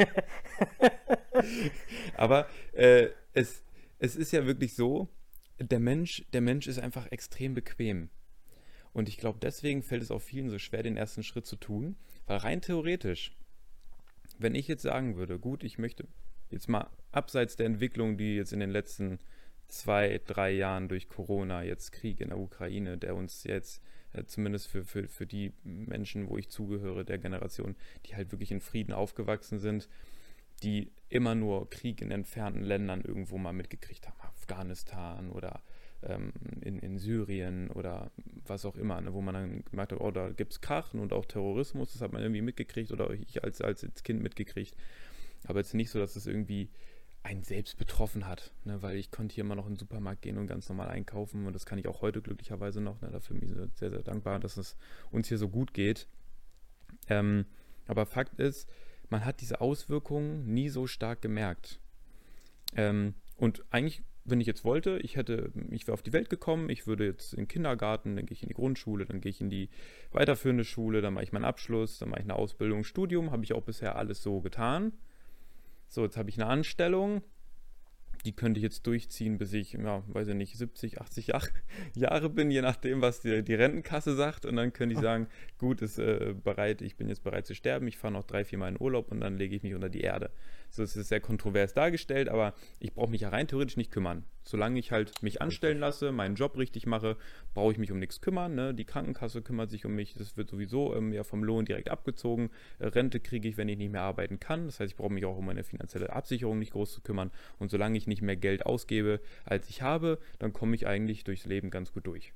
Aber äh, es, es ist ja wirklich so, der Mensch, der Mensch ist einfach extrem bequem. Und ich glaube, deswegen fällt es auch vielen so schwer, den ersten Schritt zu tun. Weil rein theoretisch, wenn ich jetzt sagen würde, gut, ich möchte jetzt mal abseits der Entwicklung, die jetzt in den letzten zwei, drei Jahren durch Corona, jetzt Krieg in der Ukraine, der uns jetzt äh, zumindest für, für, für die Menschen, wo ich zugehöre, der Generation, die halt wirklich in Frieden aufgewachsen sind, die immer nur Krieg in entfernten Ländern irgendwo mal mitgekriegt haben, Afghanistan oder ähm, in, in Syrien oder was auch immer, ne, wo man dann gemerkt hat, oh, da gibt es Krachen und auch Terrorismus, das hat man irgendwie mitgekriegt oder ich als, als Kind mitgekriegt. Aber jetzt nicht so, dass es irgendwie einen selbst betroffen hat, ne, weil ich konnte hier immer noch in den Supermarkt gehen und ganz normal einkaufen und das kann ich auch heute glücklicherweise noch. Ne, dafür bin ich sehr, sehr dankbar, dass es uns hier so gut geht. Ähm, aber Fakt ist, man hat diese Auswirkungen nie so stark gemerkt. Ähm, und eigentlich, wenn ich jetzt wollte, ich hätte, ich wäre auf die Welt gekommen, ich würde jetzt in den Kindergarten, dann gehe ich in die Grundschule, dann gehe ich in die weiterführende Schule, dann mache ich meinen Abschluss, dann mache ich eine Ausbildung, Studium, habe ich auch bisher alles so getan. So, jetzt habe ich eine Anstellung, die könnte ich jetzt durchziehen, bis ich, ja, weiß ich nicht, siebzig, achtzig Jahre, Jahre bin, je nachdem, was die, die Rentenkasse sagt. Und dann könnte ich sagen, gut, ist äh, bereit, ich bin jetzt bereit zu sterben, ich fahre noch drei, vier Mal in Urlaub und dann lege ich mich unter die Erde. So, es ist sehr kontrovers dargestellt, aber ich brauche mich ja rein theoretisch nicht kümmern. Solange ich halt mich anstellen lasse, meinen Job richtig mache, brauche ich mich um nichts kümmern. Ne? Die Krankenkasse kümmert sich um mich, das wird sowieso ähm, ja vom Lohn direkt abgezogen. Äh, Rente kriege ich, wenn ich nicht mehr arbeiten kann. Das heißt, ich brauche mich auch um meine finanzielle Absicherung nicht groß zu kümmern. Und solange ich nicht mehr Geld ausgebe, als ich habe, dann komme ich eigentlich durchs Leben ganz gut durch.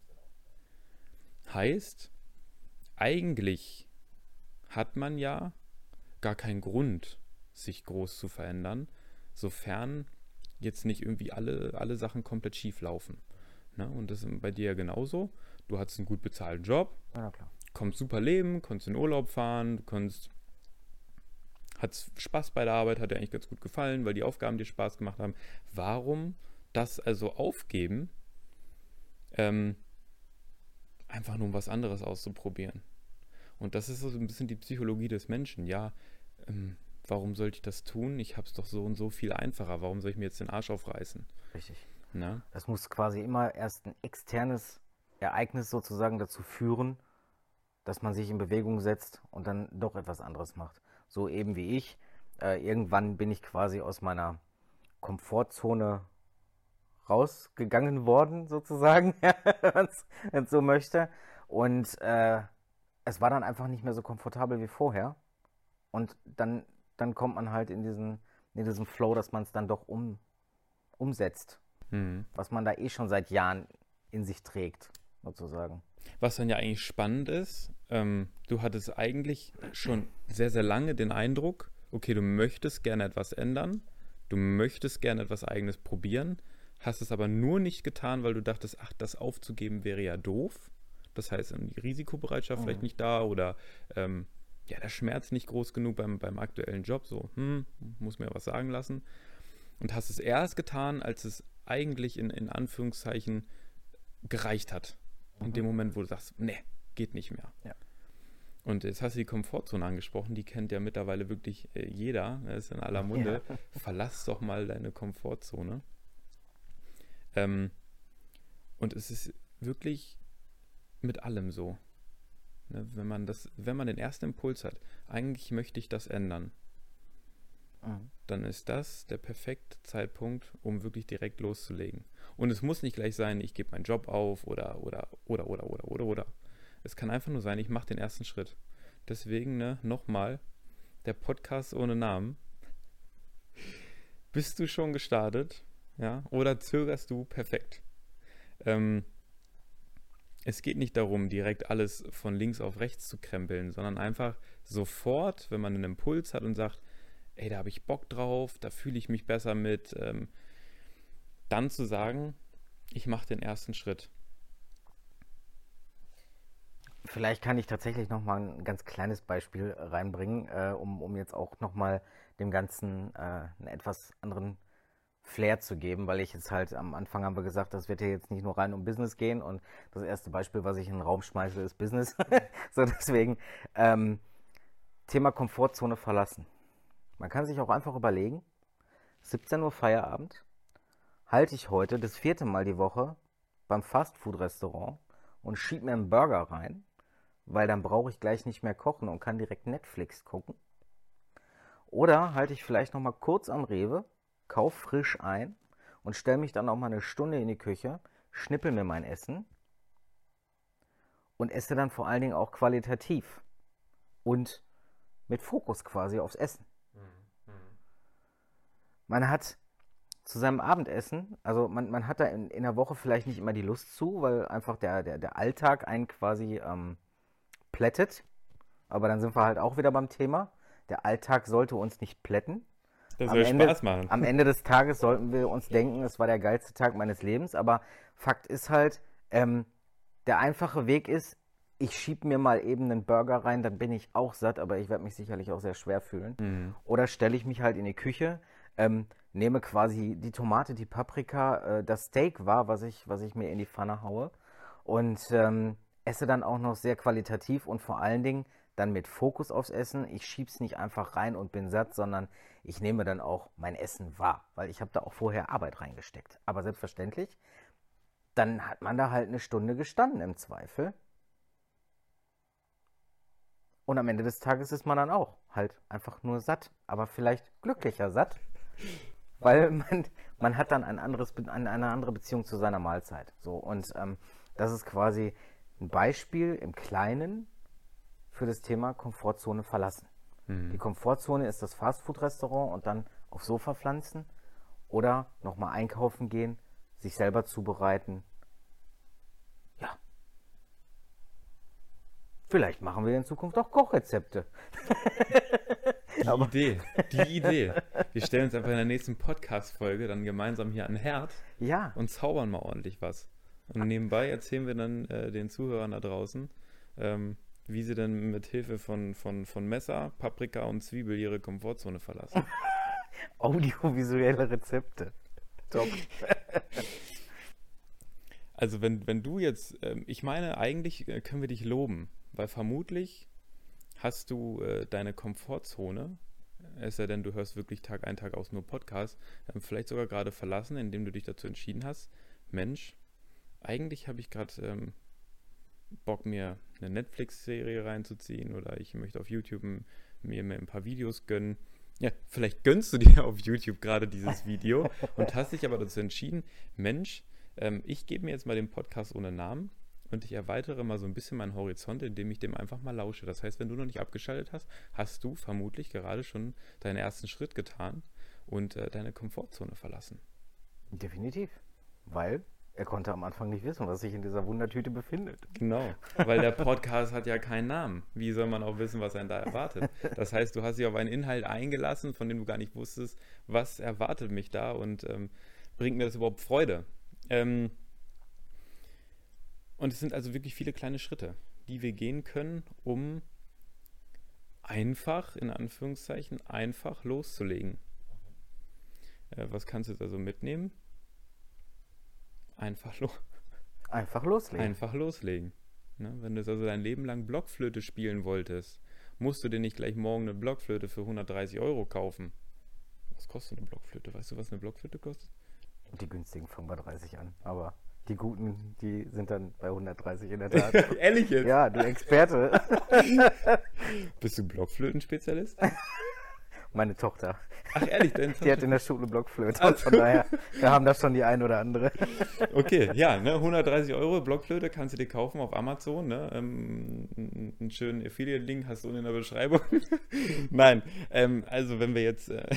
Heißt, eigentlich hat man ja gar keinen Grund, sich groß zu verändern, sofern jetzt nicht irgendwie alle, alle Sachen komplett schief laufen. Ne? Und das ist bei dir ja genauso. Du hattest einen gut bezahlten Job, Ja, klar. konntest super leben, konntest in Urlaub fahren, du konntest, hattest Spaß bei der Arbeit, hat dir eigentlich ganz gut gefallen, weil die Aufgaben dir Spaß gemacht haben. Warum das also aufgeben, ähm, einfach nur um was anderes auszuprobieren? Und das ist so ein bisschen die Psychologie des Menschen. Ja, ähm, warum sollte ich das tun? Ich habe es doch so und so viel einfacher. Warum soll ich mir jetzt den Arsch aufreißen? Richtig. Na? Das muss quasi immer erst ein externes Ereignis sozusagen dazu führen, dass man sich in Bewegung setzt und dann doch etwas anderes macht. So eben wie ich. Äh, irgendwann bin ich quasi aus meiner Komfortzone rausgegangen worden, sozusagen, wenn man so möchte. Und äh, es war dann einfach nicht mehr so komfortabel wie vorher. Und dann, dann kommt man halt in diesen, in diesen Flow, dass man es dann doch um, umsetzt. Hm. Was man da eh schon seit Jahren in sich trägt, sozusagen. Was dann ja eigentlich spannend ist, ähm, du hattest eigentlich schon sehr, sehr lange den Eindruck, okay, du möchtest gerne etwas ändern, du möchtest gerne etwas Eigenes probieren, hast es aber nur nicht getan, weil du dachtest, ach, das aufzugeben wäre ja doof. Das heißt, die Risikobereitschaft Mhm. vielleicht nicht da oder ähm, ja, der Schmerz nicht groß genug beim, beim aktuellen Job, so, hm, muss mir was sagen lassen. Und hast es erst getan, als es eigentlich in, in Anführungszeichen gereicht hat. In Mhm. dem Moment, wo du sagst, nee, geht nicht mehr. Ja. Und jetzt hast du die Komfortzone angesprochen, die kennt ja mittlerweile wirklich äh, jeder, das ist in aller Munde. Ja. Verlass doch mal deine Komfortzone. Ähm, und es ist wirklich mit allem so. Ne, wenn man das, wenn man den ersten Impuls hat, eigentlich möchte ich das ändern, Mhm. dann ist das der perfekte Zeitpunkt, um wirklich direkt loszulegen. Und es muss nicht gleich sein, ich gebe meinen Job auf oder, oder, oder, oder, oder, oder, oder. Es kann einfach nur sein, ich mache den ersten Schritt. Deswegen, ne, nochmal, der Podcast ohne Namen. Bist du schon gestartet? Ja? Oder zögerst du? Perfekt. Ähm, es geht nicht darum, direkt alles von links auf rechts zu krempeln, sondern einfach sofort, wenn man einen Impuls hat und sagt, ey, da habe ich Bock drauf, da fühle ich mich besser mit, ähm, dann zu sagen, ich mache den ersten Schritt. Vielleicht kann ich tatsächlich noch mal ein ganz kleines Beispiel reinbringen, äh, um, um jetzt auch noch mal dem Ganzen äh, einen etwas anderen Flair zu geben, weil ich jetzt halt am Anfang haben wir gesagt, das wird ja jetzt nicht nur rein um Business gehen und das erste Beispiel, was ich in den Raum schmeiße, ist Business. So deswegen ähm, Thema Komfortzone verlassen. Man kann sich auch einfach überlegen, siebzehn Uhr Feierabend, halte ich heute das vierte Mal die Woche beim Fastfood-Restaurant und schiebe mir einen Burger rein, weil dann brauche ich gleich nicht mehr kochen und kann direkt Netflix gucken. Oder halte ich vielleicht noch mal kurz am Rewe, kauf frisch ein und stelle mich dann noch mal eine Stunde in die Küche, schnippel mir mein Essen und esse dann vor allen Dingen auch qualitativ und mit Fokus quasi aufs Essen. Man hat zu seinem Abendessen, also man, man hat da in, in der Woche vielleicht nicht immer die Lust zu, weil einfach der, der, der Alltag einen quasi ähm, plättet. Aber dann sind wir halt auch wieder beim Thema. Der Alltag sollte uns nicht plätten. Das Am soll Ende, Spaß machen. am Ende des Tages sollten wir uns denken, es war der geilste Tag meines Lebens. Aber Fakt ist halt, ähm, der einfache Weg ist, ich schiebe mir mal eben einen Burger rein, dann bin ich auch satt, aber ich werde mich sicherlich auch sehr schwer fühlen. Mhm. Oder stelle ich mich halt in die Küche, ähm, nehme quasi die Tomate, die Paprika, äh, das Steak war, was ich, was ich mir in die Pfanne haue und ähm, esse dann auch noch sehr qualitativ und vor allen Dingen dann mit Fokus aufs Essen. Ich schieb's nicht einfach rein und bin satt, sondern ich nehme dann auch mein Essen wahr, weil ich habe da auch vorher Arbeit reingesteckt. Aber selbstverständlich, dann hat man da halt eine Stunde gestanden im Zweifel. Und am Ende des Tages ist man dann auch halt einfach nur satt, aber vielleicht glücklicher satt, weil man, man hat dann ein anderes, eine andere Beziehung zu seiner Mahlzeit. So, und ähm, das ist quasi ein Beispiel im Kleinen für das Thema Komfortzone verlassen. Mhm. Die Komfortzone ist das Fastfood-Restaurant und dann aufs Sofa pflanzen oder nochmal einkaufen gehen, sich selber zubereiten. Ja. Vielleicht machen wir in Zukunft auch Kochrezepte. Die Aber- Idee, die Idee. Wir stellen uns einfach in der nächsten Podcast-Folge dann gemeinsam hier an den Herd Ja, und zaubern mal ordentlich was. Und nebenbei erzählen wir dann äh, den Zuhörern da draußen, ähm, wie sie dann mit Hilfe von, von, von Messer, Paprika und Zwiebel ihre Komfortzone verlassen. audiovisuelle Rezepte. Top. Also wenn, wenn du jetzt, ähm, ich meine, eigentlich äh, können wir dich loben, weil vermutlich hast du äh, deine Komfortzone, es sei denn, du hörst wirklich Tag ein, Tag aus nur Podcast, ähm, vielleicht sogar gerade verlassen, indem du dich dazu entschieden hast, Mensch, eigentlich habe ich gerade ähm, Bock, mir eine Netflix-Serie reinzuziehen oder ich möchte auf YouTube m- mir, mir ein paar Videos gönnen. Ja, vielleicht gönnst du dir auf YouTube gerade dieses Video und hast dich aber dazu entschieden, Mensch, ähm, ich gebe mir jetzt mal den Podcast ohne Namen und ich erweitere mal so ein bisschen meinen Horizont, indem ich dem einfach mal lausche. Das heißt, wenn du noch nicht abgeschaltet hast, hast du vermutlich gerade schon deinen ersten Schritt getan und äh, deine Komfortzone verlassen. Definitiv. Weil er konnte am Anfang nicht wissen, was sich in dieser Wundertüte befindet. Genau, weil der Podcast hat ja keinen Namen. Wie soll man auch wissen, was einen da erwartet? Das heißt, du hast dich auf einen Inhalt eingelassen, von dem du gar nicht wusstest, was erwartet mich da und ähm, bringt mir das überhaupt Freude? Ähm, und es sind also wirklich viele kleine Schritte, die wir gehen können, um einfach, in Anführungszeichen, einfach loszulegen. Äh, was kannst du jetzt also mitnehmen? Einfach, lo Einfach loslegen. einfach loslegen. Ne? Wenn du jetzt also dein Leben lang Blockflöte spielen wolltest, musst du dir nicht gleich morgen eine Blockflöte für hundertdreißig Euro kaufen. Was kostet eine Blockflöte? Weißt du, was eine Blockflöte kostet? Die günstigen fangen bei dreißig an. Aber die guten, die sind dann bei hundertdreißig in der Tat. Ehrlich jetzt? Ja, du Experte. Bist du Blockflötenspezialist? Meine Tochter. Ach ehrlich, deine Die hat Tochter? in der Schule Blockflöte. Ah, Und von daher, wir haben das schon die ein oder andere. okay, ja, ne, hundertdreißig Euro Blockflöte kannst du dir kaufen auf Amazon, ne? Ähm, n- einen schönen Affiliate-Link hast du unten in der Beschreibung. Nein, ähm, also wenn wir jetzt, äh,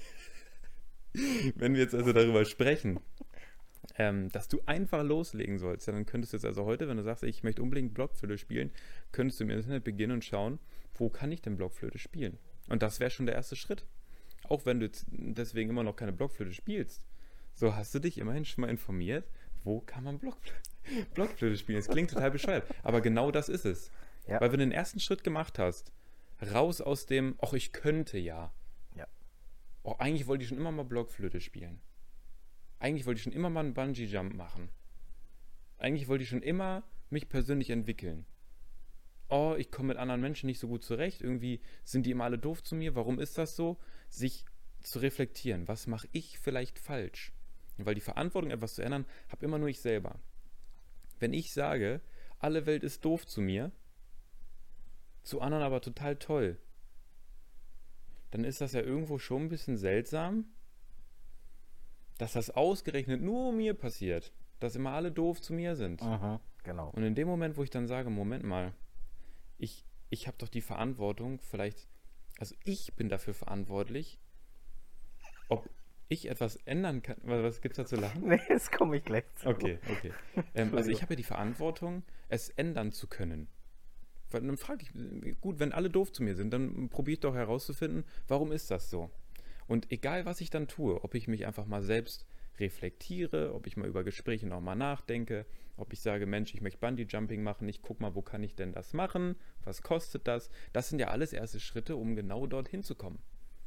wenn wir jetzt also darüber sprechen, ähm, dass du einfach loslegen sollst, ja, dann könntest du jetzt also heute, wenn du sagst, ich möchte unbedingt Blockflöte spielen, könntest du im Internet beginnen und schauen, wo kann ich denn Blockflöte spielen? Und das wäre schon der erste Schritt. Auch wenn du jetzt deswegen immer noch keine Blockflöte spielst, so hast du dich immerhin schon mal informiert, wo kann man Blockflöte, Blockflöte spielen. Das klingt total bescheuert, aber genau das ist es. Ja. Weil wenn du den ersten Schritt gemacht hast, raus aus dem, ach, ich könnte ja. Ja. Oh, eigentlich wollte ich schon immer mal Blockflöte spielen. Eigentlich wollte ich schon immer mal einen Bungee-Jump machen. Eigentlich wollte ich schon immer mich persönlich entwickeln. Oh, ich komme mit anderen Menschen nicht so gut zurecht. Irgendwie sind die immer alle doof zu mir. Warum ist das so? Sich zu reflektieren. Was mache ich vielleicht falsch? Weil die Verantwortung, etwas zu ändern, habe immer nur ich selber. Wenn ich sage, alle Welt ist doof zu mir, zu anderen aber total toll, dann ist das ja irgendwo schon ein bisschen seltsam, dass das ausgerechnet nur mir passiert. Dass immer alle doof zu mir sind. Mhm, genau. Und in dem Moment, wo ich dann sage, Moment mal, ich, ich habe doch die Verantwortung, vielleicht, also ich bin dafür verantwortlich, ob ich etwas ändern kann. Was, was gibt's da zu lachen? Nee, jetzt komme ich gleich zu. Okay, okay. Ähm, also ich Entschuldigung. habe ja die Verantwortung, es ändern zu können. Weil dann frage ich, gut, wenn alle doof zu mir sind, dann probiere ich doch herauszufinden, warum ist das so? Und egal, was ich dann tue, ob ich mich einfach mal selbst reflektiere, ob ich mal über Gespräche nochmal nachdenke, ob ich sage, Mensch, ich möchte Bungee-Jumping machen, ich guck mal, wo kann ich denn das machen, was kostet das? Das sind ja alles erste Schritte, um genau dorthin zu kommen.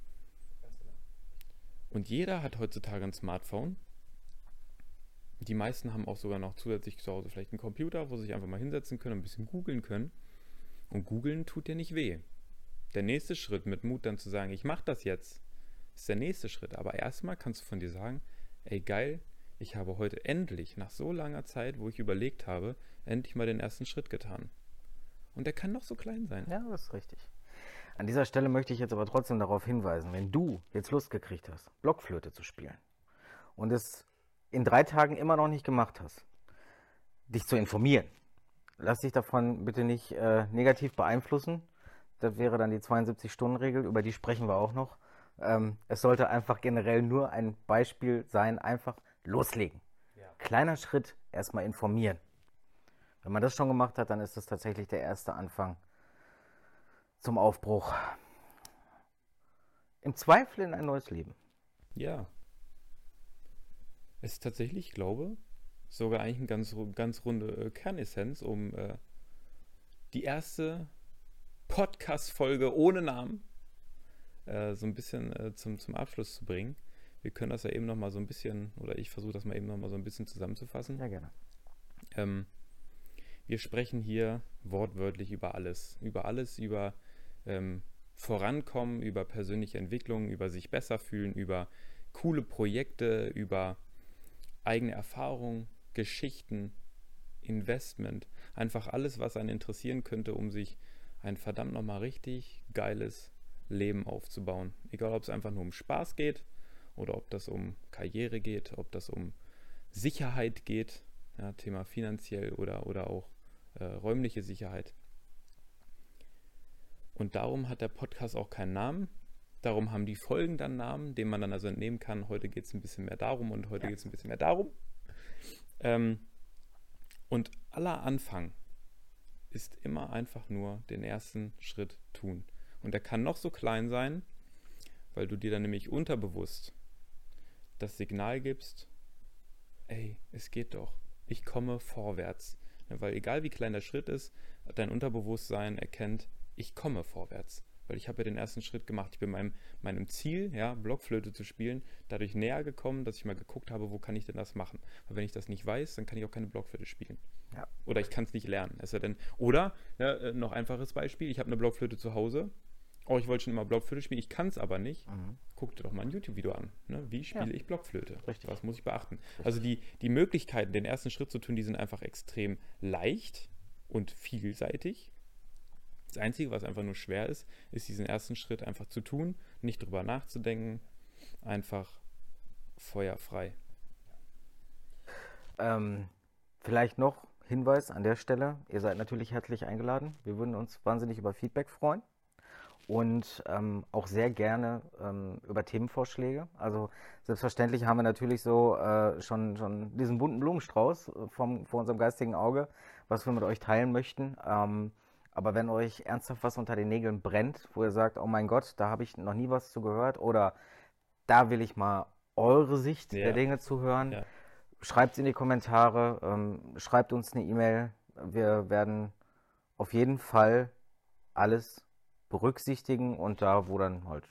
Und jeder hat heutzutage ein Smartphone. Die meisten haben auch sogar noch zusätzlich zu Hause vielleicht einen Computer, wo sie sich einfach mal hinsetzen können und ein bisschen googeln können. Und googeln tut dir nicht weh. Der nächste Schritt mit Mut dann zu sagen, ich mache das jetzt, ist der nächste Schritt. Aber erstmal kannst du von dir sagen, ey geil, ich habe heute endlich, nach so langer Zeit, wo ich überlegt habe, endlich mal den ersten Schritt getan. Und der kann noch so klein sein. Ja, das ist richtig. An dieser Stelle möchte ich jetzt aber trotzdem darauf hinweisen, wenn du jetzt Lust gekriegt hast, Blockflöte zu spielen und es in drei Tagen immer noch nicht gemacht hast, dich zu informieren, lass dich davon bitte nicht äh, negativ beeinflussen. Das wäre dann die zweiundsiebzig-Stunden-Regel, über die sprechen wir auch noch. Ähm, es sollte einfach generell nur ein Beispiel sein, einfach loslegen. Ja. Kleiner Schritt, erstmal informieren. Wenn man das schon gemacht hat, dann ist das tatsächlich der erste Anfang zum Aufbruch. Im Zweifel in ein neues Leben. Ja. Es ist tatsächlich, ich glaube, sogar eigentlich eine ganz, ru- ganz runde äh, Kernessenz, um äh, die erste Podcast-Folge ohne Namen äh, so ein bisschen äh, zum, zum Abschluss zu bringen. Wir können das ja eben nochmal so ein bisschen, oder ich versuche das mal eben nochmal so ein bisschen zusammenzufassen. Ja, gerne. Ähm, wir sprechen hier wortwörtlich über alles. Über alles, über ähm, Vorankommen, über persönliche Entwicklung, über sich besser fühlen, über coole Projekte, über eigene Erfahrungen, Geschichten, Investment. Einfach alles, was einen interessieren könnte, um sich ein verdammt nochmal richtig geiles Leben aufzubauen. Egal, ob es einfach nur um Spaß geht oder ob das um Karriere geht, ob das um Sicherheit geht, ja, Thema finanziell oder, oder auch äh, räumliche Sicherheit. Und darum hat der Podcast auch keinen Namen. Darum haben die Folgen dann Namen, den man dann also entnehmen kann. Heute geht es ein bisschen mehr darum und heute Ja. geht es ein bisschen mehr darum. Ähm, und aller Anfang ist immer einfach nur den ersten Schritt tun. Und der kann noch so klein sein, weil du dir dann nämlich unterbewusst das Signal gibst, ey, es geht doch, ich komme vorwärts. Ja, weil egal wie klein der Schritt ist, dein Unterbewusstsein erkennt, ich komme vorwärts. Weil ich habe ja den ersten Schritt gemacht. Ich bin meinem, meinem Ziel, ja, Blockflöte zu spielen, dadurch näher gekommen, dass ich mal geguckt habe, wo kann ich denn das machen. Weil wenn ich das nicht weiß, dann kann ich auch keine Blockflöte spielen. Ja. Oder ich kann es nicht lernen. Es sei denn, oder, ja, äh, noch einfaches Beispiel, ich habe eine Blockflöte zu Hause. Oh, ich wollte schon immer Blockflöte spielen, ich kann es aber nicht. Mhm. Guck dir doch mal ein YouTube-Video an. Ne? Wie spiele Ja. ich Blockflöte? Richtig. Was muss ich beachten? Also die, die Möglichkeiten, den ersten Schritt zu tun, die sind einfach extrem leicht und vielseitig. Das Einzige, was einfach nur schwer ist, ist diesen ersten Schritt einfach zu tun, nicht drüber nachzudenken, einfach feuerfrei. Ähm, vielleicht noch Hinweis an der Stelle, ihr seid natürlich herzlich eingeladen. Wir würden uns wahnsinnig über Feedback freuen und ähm, auch sehr gerne ähm, über Themenvorschläge. Also selbstverständlich haben wir natürlich so äh, schon, schon diesen bunten Blumenstrauß äh, vom, vor unserem geistigen Auge, was wir mit euch teilen möchten. Ähm, aber wenn euch ernsthaft was unter den Nägeln brennt, wo ihr sagt, oh mein Gott, da habe ich noch nie was zu gehört oder da will ich mal eure Sicht Ja. der Dinge zu hören, Ja. schreibt es in die Kommentare, ähm, schreibt uns eine E-Mail. Wir werden auf jeden Fall alles berücksichtigen und da, wo dann halt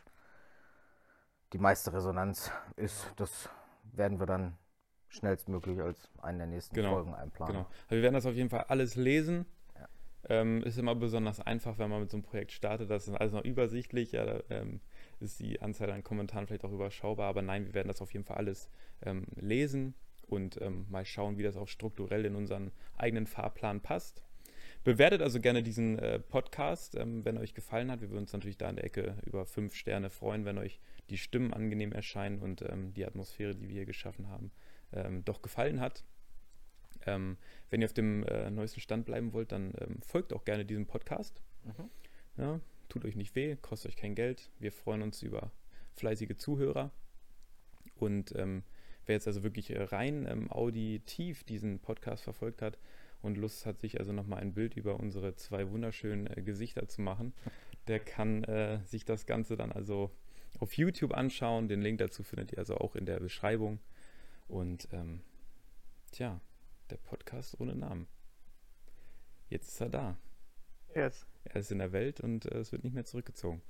die meiste Resonanz ist, das werden wir dann schnellstmöglich als eine der nächsten Genau, Folgen einplanen. Genau. Also wir werden das auf jeden Fall alles lesen. Ja. Ähm, ist immer besonders einfach, wenn man mit so einem Projekt startet. Das ist alles noch übersichtlich. Ja, da ähm, ist die Anzahl an Kommentaren vielleicht auch überschaubar. Aber nein, wir werden das auf jeden Fall alles ähm, lesen und ähm, mal schauen, wie das auch strukturell in unseren eigenen Fahrplan passt. Bewertet also gerne diesen äh, Podcast, ähm, wenn euch gefallen hat. Wir würden uns natürlich da in der Ecke über fünf Sterne freuen, wenn euch die Stimmen angenehm erscheinen und ähm, die Atmosphäre, die wir hier geschaffen haben, ähm, doch gefallen hat. Ähm, wenn ihr auf dem äh, neuesten Stand bleiben wollt, dann ähm, folgt auch gerne diesem Podcast. Mhm. Ja, tut euch nicht weh, kostet euch kein Geld. Wir freuen uns über fleißige Zuhörer. Und ähm, wer jetzt also wirklich rein ähm, auditiv diesen Podcast verfolgt hat und Lust hat, sich also nochmal ein Bild über unsere zwei wunderschönen äh, Gesichter zu machen, der kann äh, sich das Ganze dann also auf YouTube anschauen. Den Link dazu findet ihr also auch in der Beschreibung. Und ähm, tja, der Podcast ohne Namen. Jetzt ist er da. Yes. Er ist in der Welt und äh, es wird nicht mehr zurückgezogen.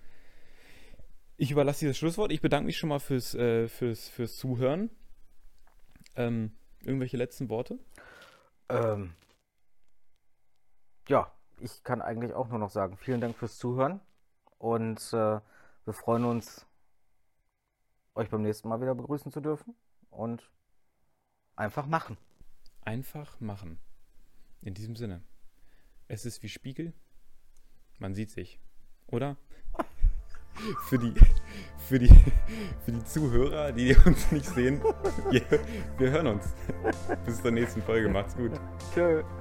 Ich überlasse dieses Schlusswort. Ich bedanke mich schon mal fürs, äh, fürs, fürs Zuhören. Ähm, irgendwelche letzten Worte? Ähm, ja, ich kann eigentlich auch nur noch sagen, vielen Dank fürs Zuhören und äh, wir freuen uns, euch beim nächsten Mal wieder begrüßen zu dürfen und einfach machen. Einfach machen. In diesem Sinne. Es ist wie Spiegel. Man sieht sich. Oder? Für die, für die, für die Zuhörer, die uns nicht sehen, wir, wir hören uns. Bis zur nächsten Folge. Macht's gut. Tschö.